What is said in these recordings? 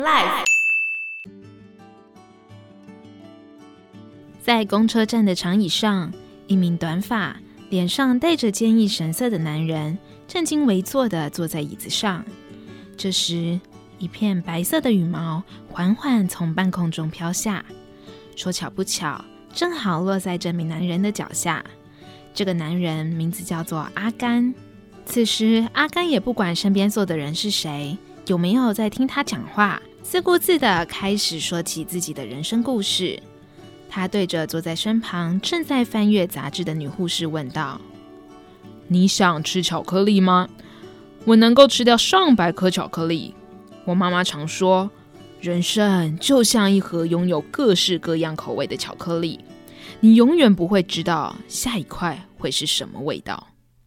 Life。 在公车站的长椅上，一名短发、脸上带着坚毅神色的男人正襟危坐地坐在椅子上。这时，一片白色的羽毛缓缓从半空中飘下，说巧不巧，正好落在这名男人的脚下。这个男人名字叫做阿甘。此时，阿甘也不管身边坐的人是谁，有没有在听他讲话，自顾自地开始说起自己的人生故事。他对着坐在身旁正在翻阅杂志的女护士问道：“你想吃巧克力吗？我能够吃掉上百颗巧克力。我妈妈常说，人生就像一盒拥有各式各样口味的巧克力，你永远不会知道下一块会是什么味道。”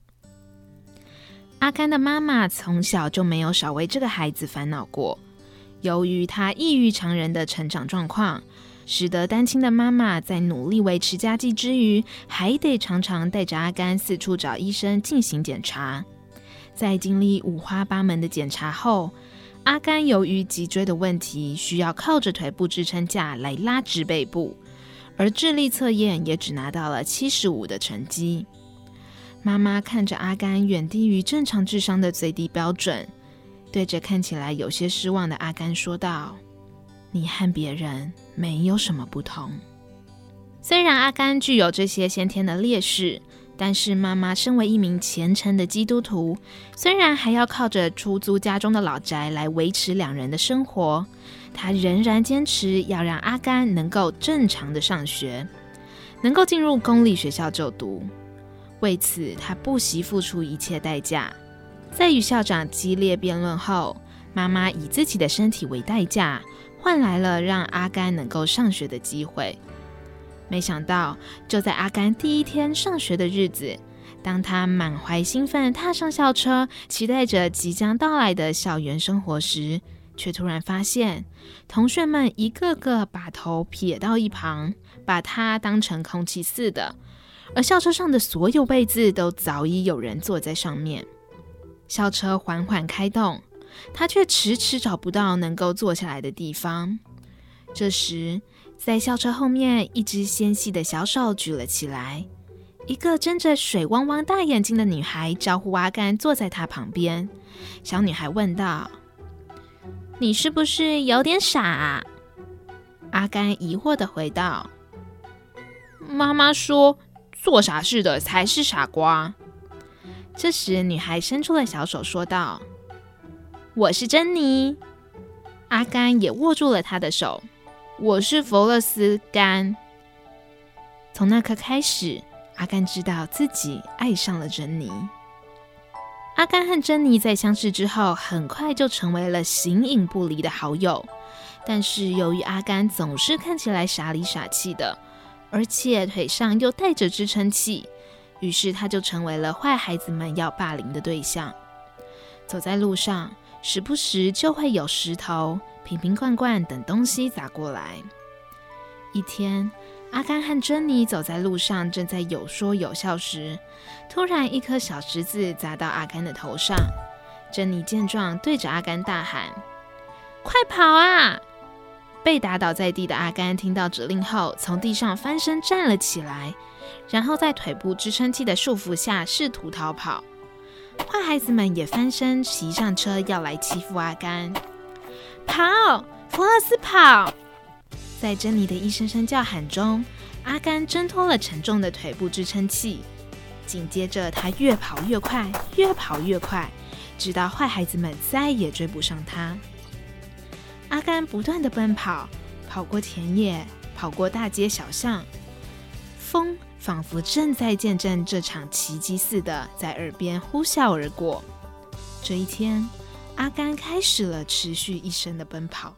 阿甘的妈妈从小就没有少为这个孩子烦恼过。由于他异于常人的成长状况，使得单亲的妈妈在努力维持家计之余，还得常常带着阿甘四处找医生进行检查。在经历五花八门的检查后，阿甘由于脊椎的问题，需要靠着腿部支撑架来拉直背部，而智力测验也只拿到了75的成绩。妈妈看着阿甘远低于正常智商的最低标准，对着看起来有些失望的阿甘说道：“你和别人没有什么不同。”虽然阿甘具有这些先天的劣势，但是妈妈身为一名虔诚的基督徒，虽然还要靠着出租家中的老宅来维持两人的生活，她仍然坚持要让阿甘能够正常的上学，能够进入公立学校就读。为此，她不惜付出一切代价。在与校长激烈辩论后，妈妈以自己的身体为代价，换来了让阿甘能够上学的机会。没想到，就在阿甘第一天上学的日子，当他满怀兴奋踏上校车，期待着即将到来的校园生活时，却突然发现同学们一个个把头撇到一旁，把他当成空气似的，而校车上的所有位子都早已有人坐在上面。校车缓缓开动，他却迟迟找不到能够坐下来的地方。这时，在校车后面，一只纤细的小手举了起来，一个睁着水汪汪大眼睛的女孩招呼阿甘坐在她旁边。小女孩问道：“你是不是有点傻啊？”阿甘疑惑地回道：“妈妈说，做傻事的才是傻瓜。”这时，女孩伸出了小手说道：“我是珍妮。”阿甘也握住了她的手：“我是弗勒斯甘。”从那刻开始，阿甘知道自己爱上了珍妮。阿甘和珍妮在相识之后，很快就成为了形影不离的好友。但是由于阿甘总是看起来傻里傻气的，而且腿上又带着支撑器，于是他就成为了坏孩子们要霸凌的对象。走在路上，时不时就会有石头、瓶瓶罐罐等东西砸过来。一天，阿甘和珍妮走在路上，正在有说有笑时，突然一颗小石子砸到阿甘的头上。珍妮见状，对着阿甘大喊：“快跑啊！”被打倒在地的阿甘听到指令后，从地上翻身站了起来，然后在腿部支撑器的束缚下试图逃跑。坏孩子们也翻身骑上车要来欺负阿甘。跑，弗勒斯跑！在珍妮的一声声叫喊中，阿甘挣脱了沉重的腿部支撑器，紧接着他越跑越快，越跑越快，直到坏孩子们再也追不上他。阿甘不断地奔跑，跑过田野，跑过大街小巷，风仿佛正在见证这场奇迹似的在耳边呼啸而过。这一天，阿甘开始了持续一生的奔跑。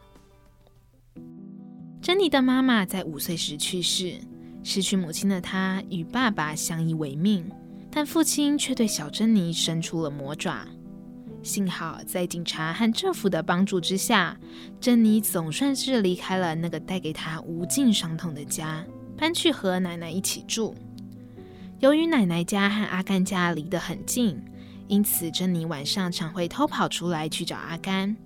珍妮的妈妈在5岁时去世，失去母亲的她与爸爸相依为命，但父亲却对小珍妮伸出了魔爪。幸好在警察和政府的帮助之下，珍妮总算是离开了那个带给她无尽伤痛的家，搬去和奶奶一起住。由于奶奶家和阿甘家离得很近，因此珍妮晚上常会偷跑出来去找阿甘。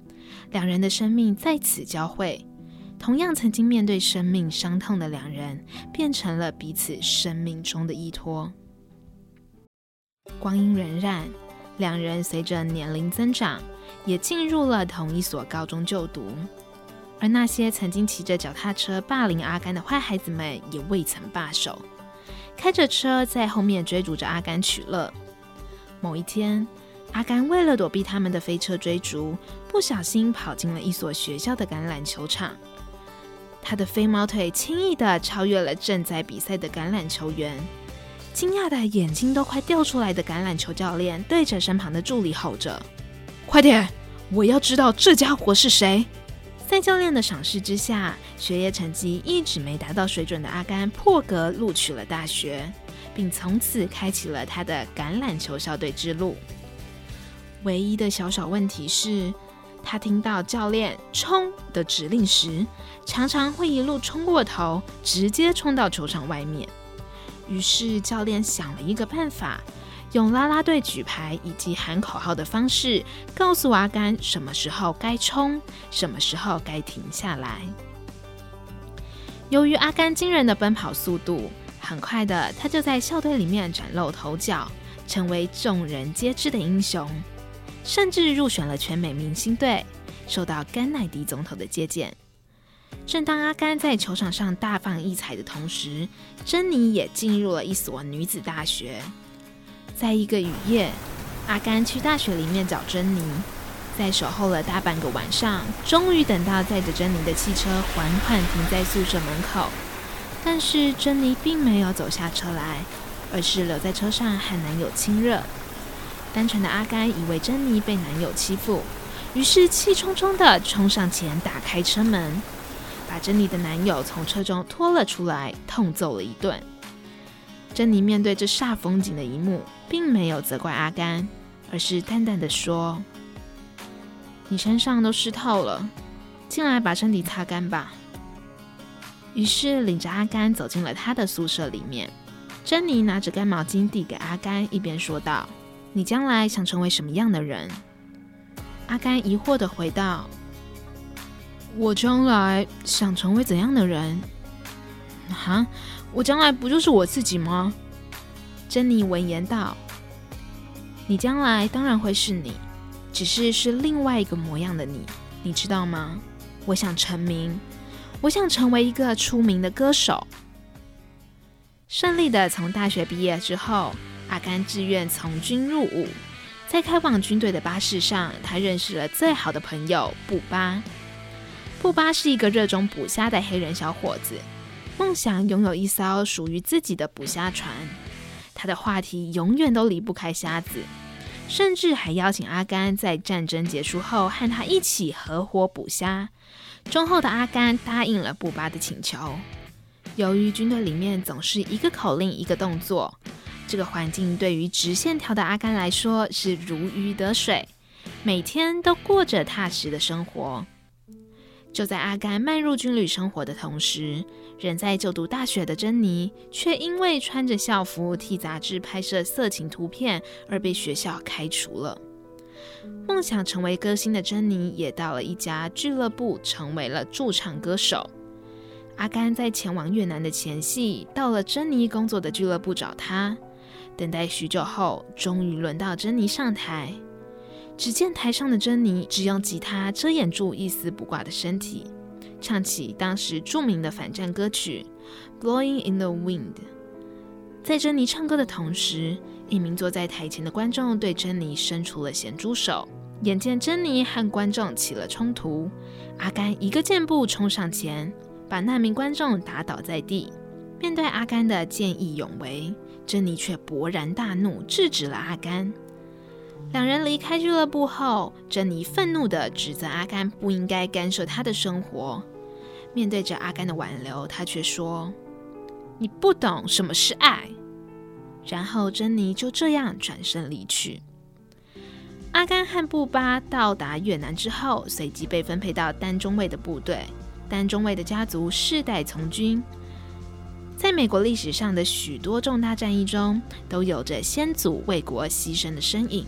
两人的生命在此交汇。同样曾经面对生命伤痛的两人，变成了彼此生命中的依托。光阴荏苒，两人随着年龄增长，也进入了同一所高中就读。而那些曾经骑着脚踏车霸凌阿甘的坏孩子们，也未曾罢手，开着车在后面追逐着阿甘取乐。某一天，阿甘为了躲避他们的飞车追逐，不小心跑进了一所学校的橄榄球场。他的飞毛腿轻易地超越了正在比赛的橄榄球员，惊讶的眼睛都快掉出来的橄榄球教练对着身旁的助理吼着：“快点，我要知道这家伙是谁！”在教练的赏识之下，学业成绩一直没达到水准的阿甘破格录取了大学，并从此开启了他的橄榄球校队之路。唯一的小问题是，他听到教练冲的指令时，常常会一路冲过头，直接冲到球场外面。于是教练想了一个办法，用啦啦队举牌以及喊口号的方式，告诉阿甘什么时候该冲，什么时候该停下来。由于阿甘惊人的奔跑速度，很快的他就在校队里面崭露头角，成为众人皆知的英雄，甚至入选了全美明星队，受到甘乃迪总统的接见。正当阿甘在球场上大放异彩的同时，珍妮也进入了一所女子大学。在一个雨夜，阿甘去大学里面找珍妮，在守候了大半个晚上，终于等到载着珍妮的汽车缓缓停在宿舍门口。但是珍妮并没有走下车来，而是留在车上和男友亲热。单纯的阿甘以为珍妮被男友欺负，于是气冲冲地冲上前打开车门，把珍妮的男友从车中拖了出来，痛揍了一顿。珍妮面对这煞风景的一幕，并没有责怪阿甘，而是淡淡地说：“你身上都湿透了，进来把身体擦干吧。”于是领着阿甘走进了他的宿舍里面。珍妮拿着干毛巾递给阿甘，一边说道：“你将来想成为什么样的人？”阿甘疑惑地回道：“我将来想成为怎样的人？哈，我将来不就是我自己吗？”珍妮闻言道：“你将来当然会是你，只是另外一个模样的你，你知道吗？我想成名，我想成为一个出名的歌手。”顺利的从大学毕业之后，阿甘志愿从军入伍。在开往军队的巴士上，他认识了最好的朋友布巴。布巴是一个热衷捕虾的黑人小伙子，梦想拥有一艘属于自己的捕虾船。他的话题永远都离不开虾子，甚至还邀请阿甘在战争结束后和他一起合伙捕虾。忠厚的阿甘答应了布巴的请求。由于军队里面总是一个口令一个动作，这个环境对于直线条的阿甘来说是如鱼得水，每天都过着踏实的生活。就在阿甘迈入军旅生活的同时，仍在就读大学的珍妮却因为穿着校服替杂志拍摄色情图片而被学校开除了。梦想成为歌星的珍妮也到了一家俱乐部成为了驻唱歌手。阿甘在前往越南的前夕，到了珍妮工作的俱乐部找他。等待许久后，终于轮到珍妮上台。只见台上的珍妮只用吉他遮掩住一丝不挂的身体，唱起当时著名的反战歌曲《Blowing in the Wind》。在珍妮唱歌的同时，一名坐在台前的观众对珍妮伸出了咸猪手。眼见珍妮和观众起了冲突，阿甘一个箭步冲上前，把那名观众打倒在地。面对阿甘的见义勇为，珍妮却勃然大怒，制止了阿甘。两人离开俱乐部后，珍妮愤怒地指责阿甘不应该干涉她的生活。面对着阿甘的挽留，她却说：“你不懂什么是爱。”然后珍妮就这样转身离去。阿甘和布巴到达越南之后，随即被分配到丹中尉的部队。丹中尉的家族世代从军，在美国历史上的许多重大战役中，都有着先祖为国牺牲的身影。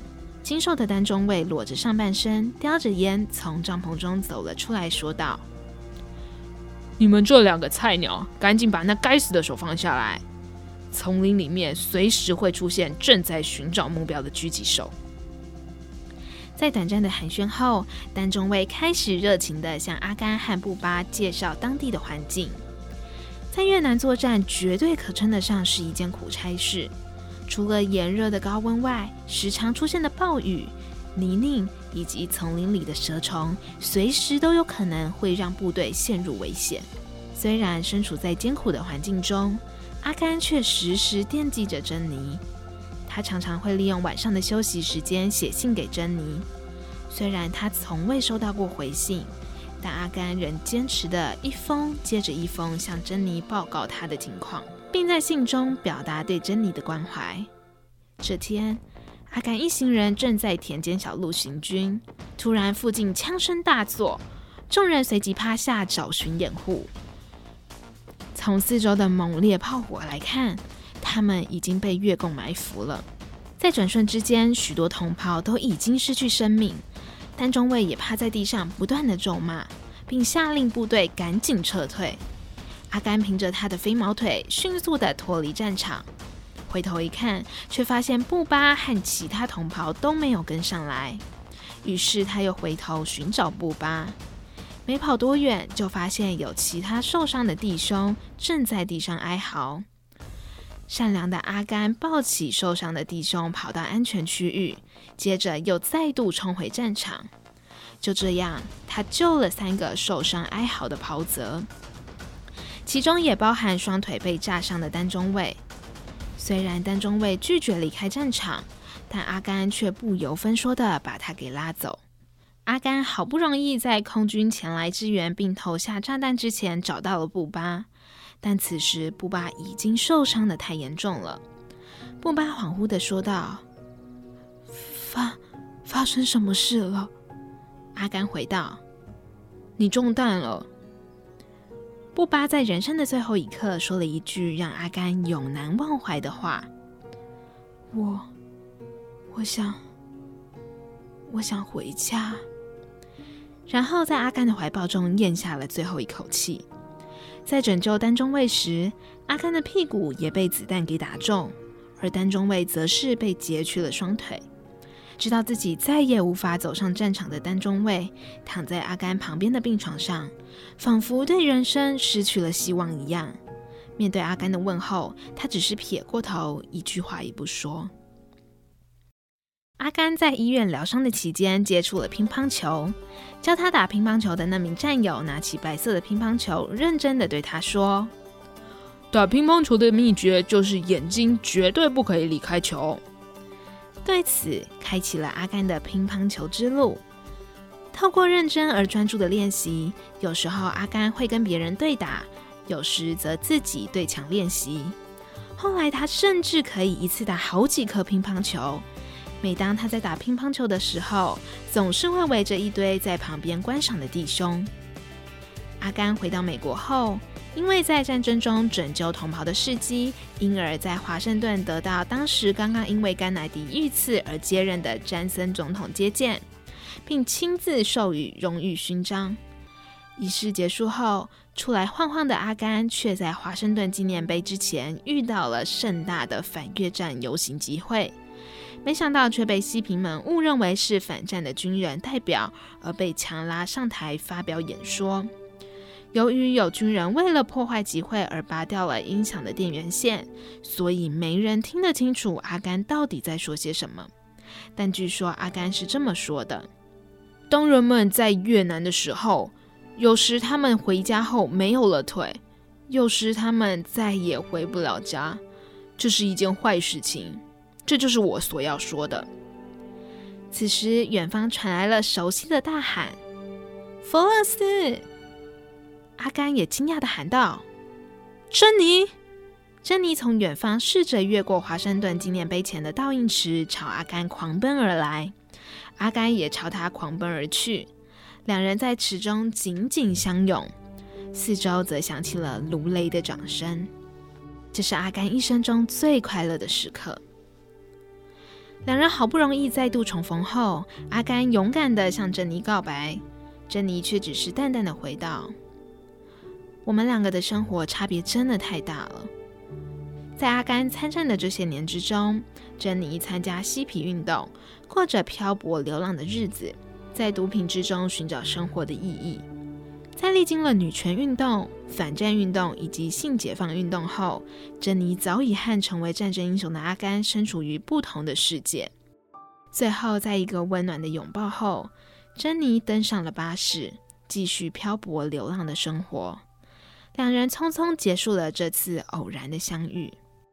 精瘦的丹中尉裸着上半身，叼着烟从帐篷中走了出来，说道： 你们这2个菜鸟，赶紧把那该死的手放下来！丛林里面随时会出现正在寻找目标的狙击手。 在短暂的寒暄后，丹中尉开始热情地向阿甘和布巴介绍当地的环境。在越南作战绝对可称得上是一件苦差事，除了炎热的高温外，时常出现的暴雨、泥泞以及丛林里的蛇虫，随时都有可能会让部队陷入危险。虽然身处在艰苦的环境中，阿甘却时时惦记着珍妮。他常常会利用晚上的休息时间写信给珍妮。虽然他从未收到过回信，但阿甘仍坚持的一封接着一封向珍妮报告他的情况，并在信中表达对珍妮的关怀。这天，阿甘一行人正在田间小路行军，突然附近枪声大作，众人随即趴下找寻掩护。从四周的猛烈炮火来看，他们已经被越共埋伏了。在转瞬之间，许多同袍都已经失去生命。丹中尉也趴在地上不断的咒骂，并下令部队赶紧撤退。阿甘凭着他的飞毛腿迅速的脱离战场，回头一看，却发现布巴和其他同袍都没有跟上来。于是他又回头寻找布巴，没跑多远，就发现有其他受伤的弟兄正在地上哀嚎。善良的阿甘抱起受伤的弟兄，跑到安全区域，接着又再度冲回战场。就这样，他救了3个受伤哀嚎的袍泽，其中也包含双腿被炸伤的丹中尉。虽然丹中尉拒绝离开战场，但阿甘却不由分说地把他给拉走。阿甘好不容易在空军前来支援并投下炸弹之前找到了布巴，但此时布巴已经受伤得太严重了。布巴恍惚地说道：发生什么事了？阿甘回道： 你中弹了。 布巴在人生的最后一刻说了一句让阿甘永难忘怀的话：我想回家。然后在阿甘的怀抱中咽下了最后一口气。在拯救丹中尉时，阿甘的屁股也被子弹给打中，而丹中尉则是被截去了双腿。知道自己再也无法走上战场的丹中尉，躺在阿甘旁边的病床上，仿佛对人生失去了希望一样。面对阿甘的问候，他只是撇过头，一句话也不说。阿甘在医院疗伤的期间接触了乒乓球，教他打乒乓球的那名战友拿起白色的乒乓球，认真地对他说： 打乒乓球的秘诀就是眼睛绝对不可以离开球。 对此，开启了阿甘的乒乓球之路。透过认真而专注的练习，有时候阿甘会跟别人对打，有时则自己对墙练习。后来他甚至可以一次打好几颗乒乓球。每当他在打乒乓球的时候，总是会围着一堆在旁边观赏的弟兄。阿甘回到美国后，因为在战争中拯救同袍的事迹，因而在华盛顿得到当时刚刚因为甘乃迪遇刺而接任的詹森总统接见，并亲自授予荣誉勋章。仪式结束后，出来晃晃的阿甘却在华盛顿纪念碑之前遇到了盛大的反越战游行集会，没想到却被西平们误认为是反战的军人代表，而被强拉上台发表演说。由于有军人为了破坏集会而拔掉了音响的电源线，所以没人听得清楚阿甘到底在说些什么。但据说阿甘是这么说的： 当人们在越南的时候，有时他们回家后没有了腿，有时他们再也回不了家，这是一件坏事情。这就是我所要说的。 此时远方传来了熟悉的大喊：弗勒斯！阿甘也惊讶地喊道：珍妮！珍妮从远方试着越过华盛顿纪念碑前的倒映池，朝阿甘狂奔而来。阿甘也朝他狂奔而去，两人在池中紧紧相拥，四周则响起了如雷的掌声。这是阿甘一生中最快乐的时刻。 两人好不容易再度重逢后，阿甘勇敢地向珍妮告白，珍妮却只是淡淡地回道：我们两个的生活差别真的太大了。在阿甘参战的这些年之中，珍妮参加嬉皮运动，过着漂泊流浪的日子，在毒品之中寻找生活的意义。在历经了女权运动、反战运动以及性解放运动后，珍妮早已和成为战争英雄的阿甘身处于不同的世界。最后在一个温暖的拥抱后，珍妮登上了巴士，继续漂泊流浪的生活。两人匆匆结束了这次偶然的相遇。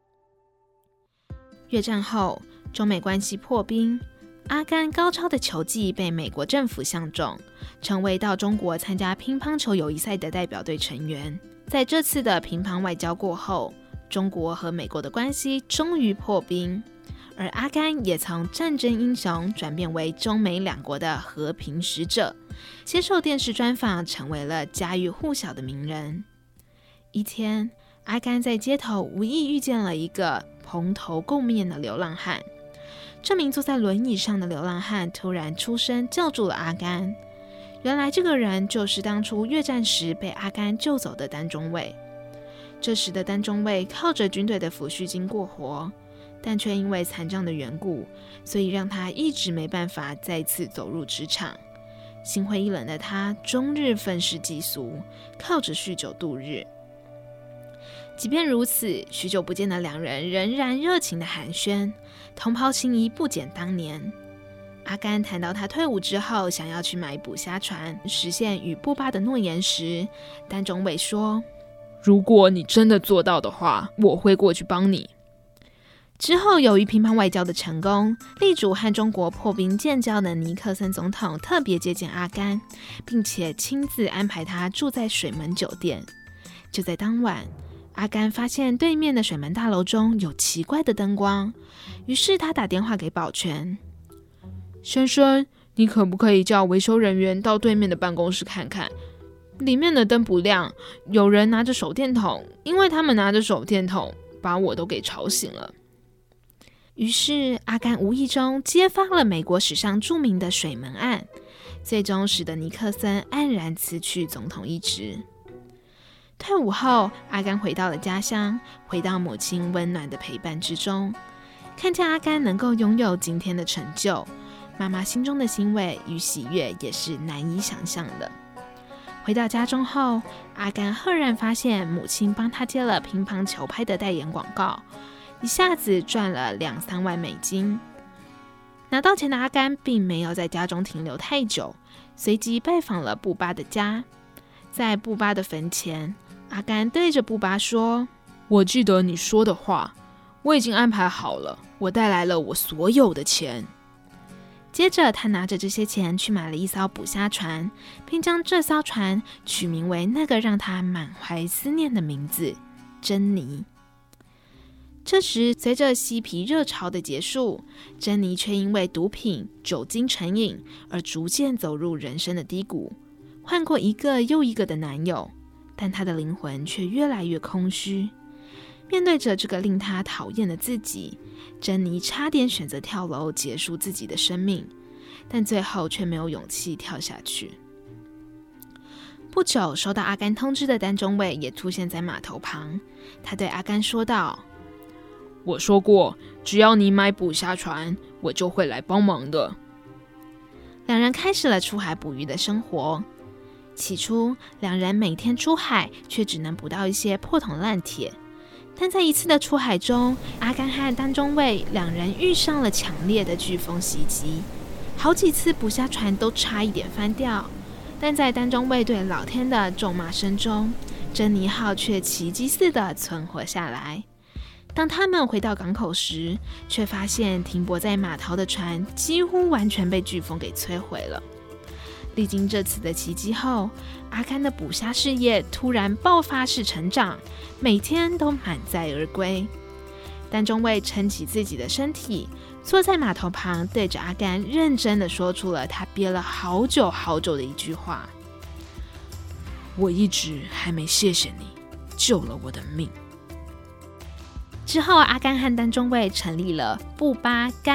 越战后，中美关系破冰，阿甘高超的球技被美国政府相中，成为到中国参加乒乓球友谊赛的代表队成员。在这次的乒乓外交过后，中国和美国的关系终于破冰，而阿甘也从战争英雄转变为中美两国的和平使者，接受电视专访，成为了家喻户晓的名人。一天，阿甘在街头无意遇见了一个蓬头垢面的流浪汉。这名坐在轮椅上的流浪汉突然出声叫住了阿甘。原来这个人就是当初越战时被阿甘救走的丹中尉。这时的丹中尉靠着军队的抚恤金过活，但却因为残障的缘故，所以让他一直没办法再次走入职场。心灰意冷的他终日愤世嫉俗，靠着酗酒度日。即便如此，许久不见的两人仍然热情的寒暄，同袍情谊不减当年。阿甘谈到他退伍之后想要去买捕虾船，实现与布巴的诺言时，丹中尉说： 如果你真的做到的话，我会过去帮你。 之后由于乒乓外交的成功，力主和中国破冰建交的尼克森总统特别接见阿甘，并且亲自安排他住在水门酒店。就在当晚，阿甘发现对面的水门大楼中有奇怪的灯光，于是他打电话给保全： 先生，你可不可以叫维修人员到对面的办公室看看？里面的灯不亮，有人拿着手电筒，因为他们拿着手电筒，把我都给吵醒了。 于是阿甘无意中揭发了美国史上著名的水门案，最终使得尼克森黯然辞去总统一职。退伍后，阿甘回到了家乡，回到母亲温暖的陪伴之中。看见阿甘能够拥有今天的成就，妈妈心中的欣慰与喜悦也是难以想象的。回到家中后，阿甘赫然发现母亲帮他接了乒乓球拍的代言广告，一下子赚了2-3万美金。拿到钱的阿甘并没有在家中停留太久，随即拜访了布巴的家。在布巴的坟前，阿甘对着布巴说： 我记得你说的话，我已经安排好了，我带来了我所有的钱。 接着他拿着这些钱去买了一艘捕虾船，并将这艘船取名为那个让他满怀思念的名字——珍妮。这时随着嬉皮热潮的结束，珍妮却因为毒品、酒精成瘾而逐渐走入人生的低谷，换过一个又一个的男友，但她的灵魂却越来越空虚。面对着这个令她讨厌的自己，珍妮差点选择跳楼结束自己的生命，但最后却没有勇气跳下去。不久，收到阿甘通知的丹中尉也出现在码头旁，他对阿甘说道： 我说过，只要你买捕虾船，我就会来帮忙的。 两人开始了出海捕鱼的生活。起初，两人每天出海，却只能捕到一些破铜烂铁。但在一次的出海中，阿甘和丹中尉两人遇上了强烈的飓风袭击，好几次捕虾船都差一点翻掉。但在丹中尉对老天的咒骂声中，珍妮号却奇迹似的存活下来。当他们回到港口时，却发现停泊在码头的船几乎完全被飓风给摧毁了。历经这次的奇迹后，阿甘的捕虾事业突然爆发式成长，每天都满载而归。丹中尉撑起自己的身体，坐在码头旁，对着阿甘认真地说出了他憋了好久好久的一句话： 我一直还没谢谢你，救了我的命。 之后，阿甘和丹中尉成立了布巴甘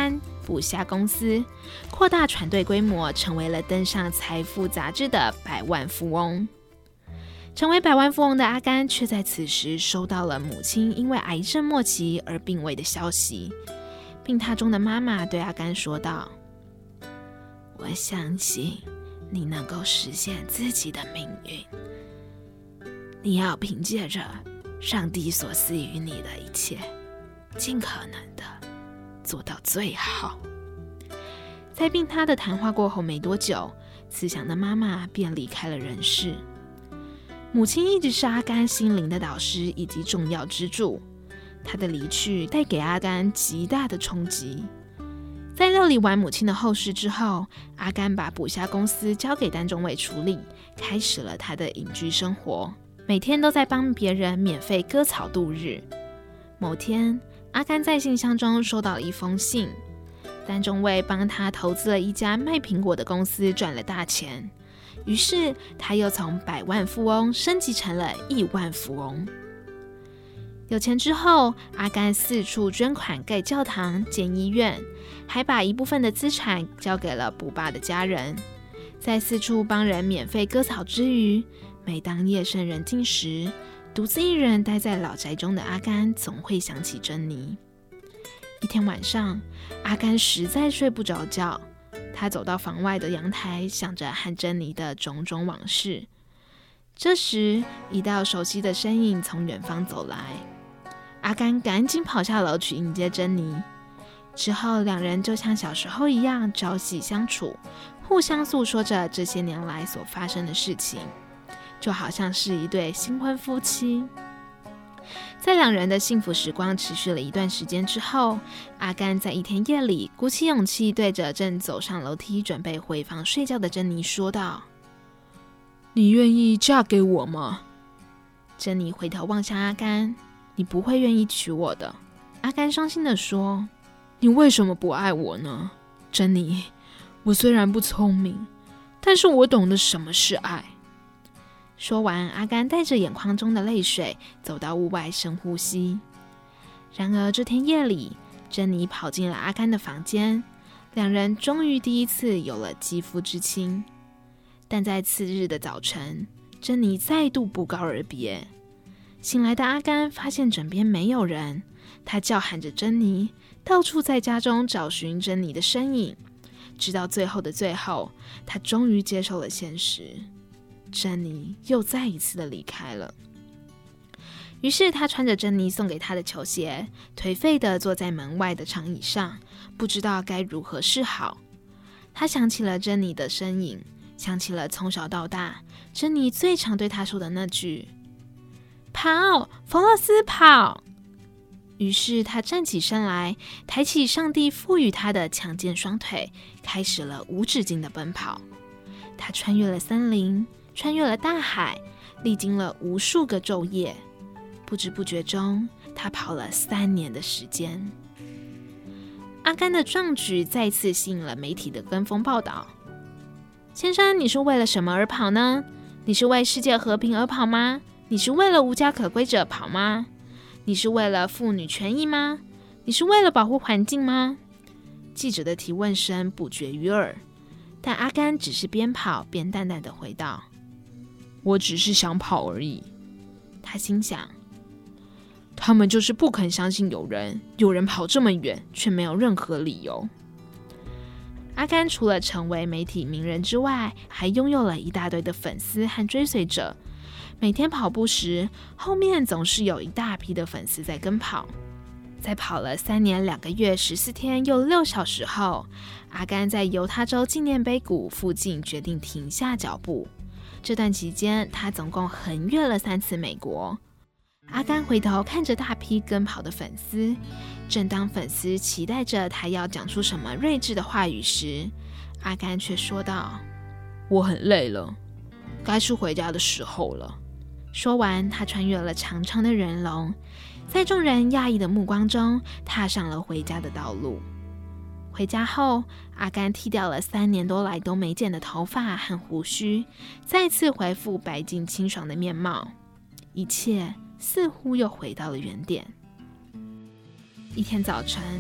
捕虾公司，扩大船队规模，成为了登上财富杂志的百万富翁。成为百万富翁的阿甘，却在此时收到了母亲因为癌症末期而病危的消息。病榻中的妈妈对阿甘说道：“我相信你能够实现自己的命运，你要凭借着上帝所赐予你的一切，尽可能的做到最好。”在病榻的谈话过后没多久，慈祥的妈妈便离开了人世。母亲一直是阿甘心灵的导师以及重要支柱，她的离去带给阿甘极大的冲击。在料理完母亲的后事之后，阿甘把捕虾公司交给单中尉处理，开始了他的隐居生活，每天都在帮别人免费割草度日。某天，阿甘在信箱中收到了一封信，单中尉帮他投资了一家卖苹果的公司，赚了大钱，于是他又从百万富翁升级成了亿万富翁。有钱之后，阿甘四处捐款盖教堂、建医院，还把一部分的资产交给了捕霸的家人。在四处帮人免费割草之余，每当夜深人静时，独自一人待在老宅中的阿甘总会想起珍妮。一天晚上，阿甘实在睡不着觉，他走到房外的阳台，想着和珍妮的种种往事。这时，一道熟悉的身影从远方走来，阿甘赶紧跑下楼去迎接珍妮。之后，两人就像小时候一样朝夕相处，互相诉说着这些年来所发生的事情，就好像是一对新婚夫妻。在两人的幸福时光持续了一段时间之后，阿甘在一天夜里鼓起勇气，对着正走上楼梯准备回房睡觉的珍妮说道：“ 你愿意嫁给我吗？” 珍妮回头望向阿甘：“你不会愿意娶我的。”阿甘伤心地说：“ 你为什么不爱我呢？珍妮，我虽然不聪明，但是我懂得什么是爱。” 说完，阿甘带着眼眶中的泪水走到屋外深呼吸。然而这天夜里，珍妮跑进了阿甘的房间，两人终于第一次有了肌肤之亲。但在次日的早晨，珍妮再度不告而别。醒来的阿甘发现枕边没有人，他叫喊着珍妮，到处在家中找寻珍妮的身影。直到最后的最后，他终于接受了现实，珍妮又再一次的离开了。于是他穿着珍妮送给他的球鞋，颓废地坐在门外的长椅上，不知道该如何是好。他想起了珍妮的身影，想起了从小到大珍妮最常对他说的那句：“跑，弗洛斯跑！”于是他站起身来，抬起上帝赋予他的强健双腿，开始了无止境的奔跑。他穿越了森林，穿越了大海，历经了无数个昼夜。不知不觉中，他跑了3年的时间。阿甘的壮举再次吸引了媒体的跟风报道。先生，你是为了什么而跑呢？你是为世界和平而跑吗？你是为了无家可归者跑吗？你是为了妇女权益吗？你是为了保护环境吗？记者的提问声不绝于耳，但阿甘只是边跑边淡淡的回道：“ 我只是想跑而已。” 他心想， 他们就是不肯相信有人跑这么远，却没有任何理由。 阿甘除了成为媒体名人之外，还拥有了一大堆的粉丝和追随者。每天跑步时，后面总是有一大批的粉丝在跟跑。在跑了3年2个月14天又6小时后，阿甘在犹他州纪念碑谷附近决定停下脚步。这段期间，他总共横越了3次美国。阿甘回头看着大批跟跑的粉丝，正当粉丝期待着他要讲出什么睿智的话语时，阿甘却说道：“ 我很累了，该是回家的时候了。” 说完，他穿越了长长的人龙，在众人讶异的目光中，踏上了回家的道路。回家后，阿甘剃掉了3年多来都没剪的头发和胡须，再次恢复白净清爽的面貌，一切似乎又回到了原点。一天早晨，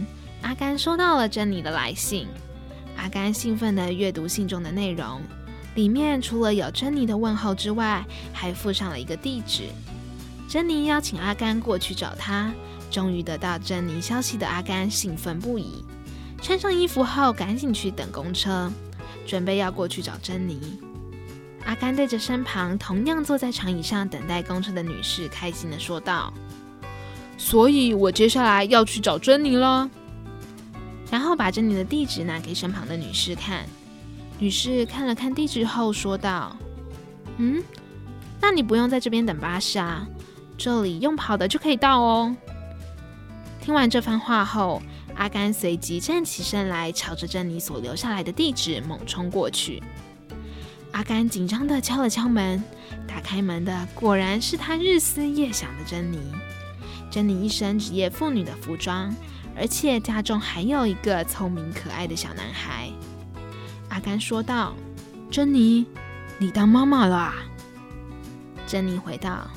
阿甘收到了珍妮的来信。阿甘兴奋地阅读信中的内容，里面除了有珍妮的问候之外，还附上了一个地址。珍妮邀请阿甘过去找她，终于得到珍妮消息的阿甘兴奋不已，穿上衣服后赶紧去等公车，准备要过去找珍妮。阿甘对着身旁同样坐在长椅上等待公车的女士开心地说道： 所以我接下来要去找珍妮了。 然后把珍妮的地址拿给身旁的女士看。女士看了看地址后说道：那你不用在这边等巴士啊，这里用跑的就可以到哦。听完这番话后，阿甘随即站起身来，朝着珍妮所留下来的地址猛冲过去。阿甘紧张地敲了敲门，打开门的果然是他日思夜想的珍妮。珍妮一身职业妇女的服装，而且家中还有一个聪明可爱的小男孩。阿甘说道：珍妮，你当妈妈了啊？珍妮回道：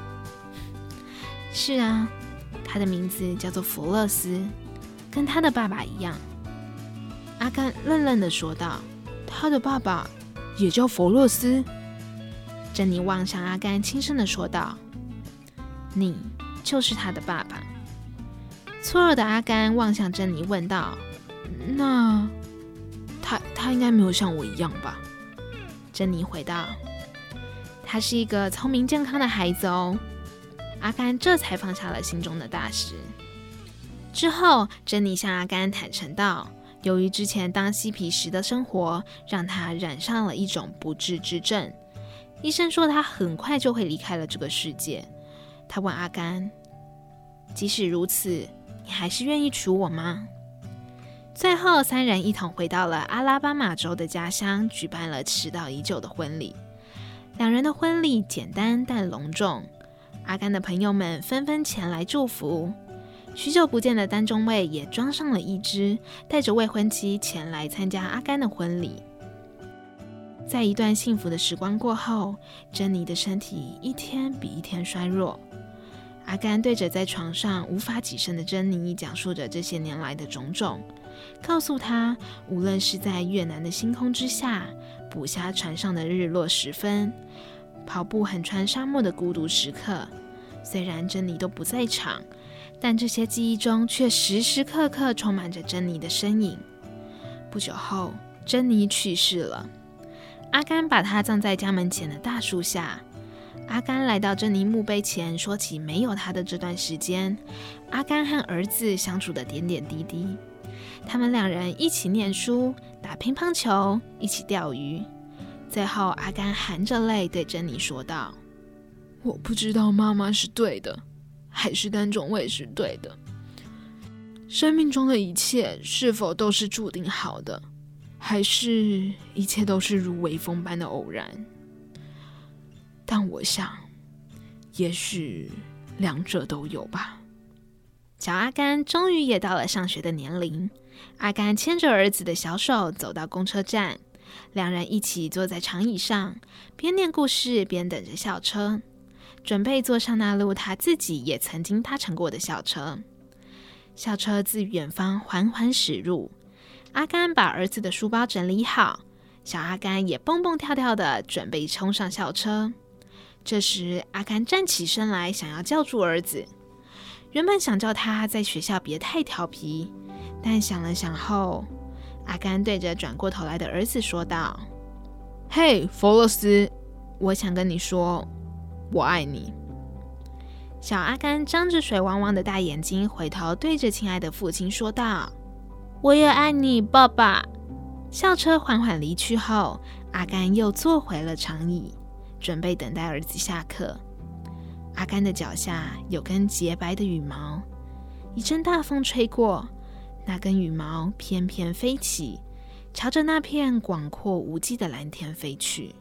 是啊，他的名字叫做弗勒斯，跟他的爸爸一样。阿甘愣愣地说道：他的爸爸也叫弗勒斯？珍妮望向阿甘，轻声地说道：你就是他的爸爸。错愕的阿甘望向珍妮问道：那他应该没有像我一样吧？珍妮回道：他是一个聪明健康的孩子哦。阿甘这才放下了心中的大石。之后，珍妮向阿甘坦诚道，由于之前当嬉皮时的生活，让他染上了一种不治之症。医生说他很快就会离开了这个世界。他问阿甘：即使如此，你还是愿意娶我吗？最后，三人一同回到了阿拉巴马州的家乡，举办了迟到已久的婚礼。两人的婚礼简单但隆重，阿甘的朋友们纷纷前来祝福。许久不见的单中尉也装上了一只，带着未婚妻前来参加阿甘的婚礼。在一段幸福的时光过后，珍妮的身体一天比一天衰弱。阿甘对着在床上无法起身的珍妮讲述着这些年来的种种，告诉她，无论是在越南的星空之下，捕虾船上的日落时分，跑步横穿沙漠的孤独时刻，虽然珍妮都不在场，但这些记忆中却时时刻刻充满着珍妮的身影。不久后，珍妮去世了。阿甘把她葬在家门前的大树下。阿甘来到珍妮墓碑前，说起没有她的这段时间，阿甘和儿子相处的点点滴滴。他们两人一起念书、打乒乓球，一起钓鱼。最后，阿甘含着泪对珍妮说道：我不知道妈妈是对的，还是单中尉是对的。生命中的一切是否都是注定好的，还是一切都是如微风般的偶然？但我想，也许两者都有吧。小阿甘终于也到了上学的年龄。阿甘牵着儿子的小手走到公车站，两人一起坐在长椅上，边念故事边等着校车，准备坐上那路他自己也曾经搭乘过的校车。校车自远方缓缓驶入，阿甘把儿子的书包整理好，小阿甘也蹦蹦跳跳的准备冲上校车。这时，阿甘站起身来，想要叫住儿子。原本想叫他在学校别太调皮，但想了想后，阿甘对着转过头来的儿子说道：嘿，弗洛斯，我想跟你说，我爱你。小阿甘张着水汪汪的大眼睛，回头对着亲爱的父亲说道：我也爱你，爸爸。校车缓缓离去后，阿甘又坐回了长椅，准备等待儿子下课。阿甘的脚下有根洁白的羽毛，一阵大风吹过，那根羽毛翩翩飞起，朝着那片广阔无际的蓝天飞去。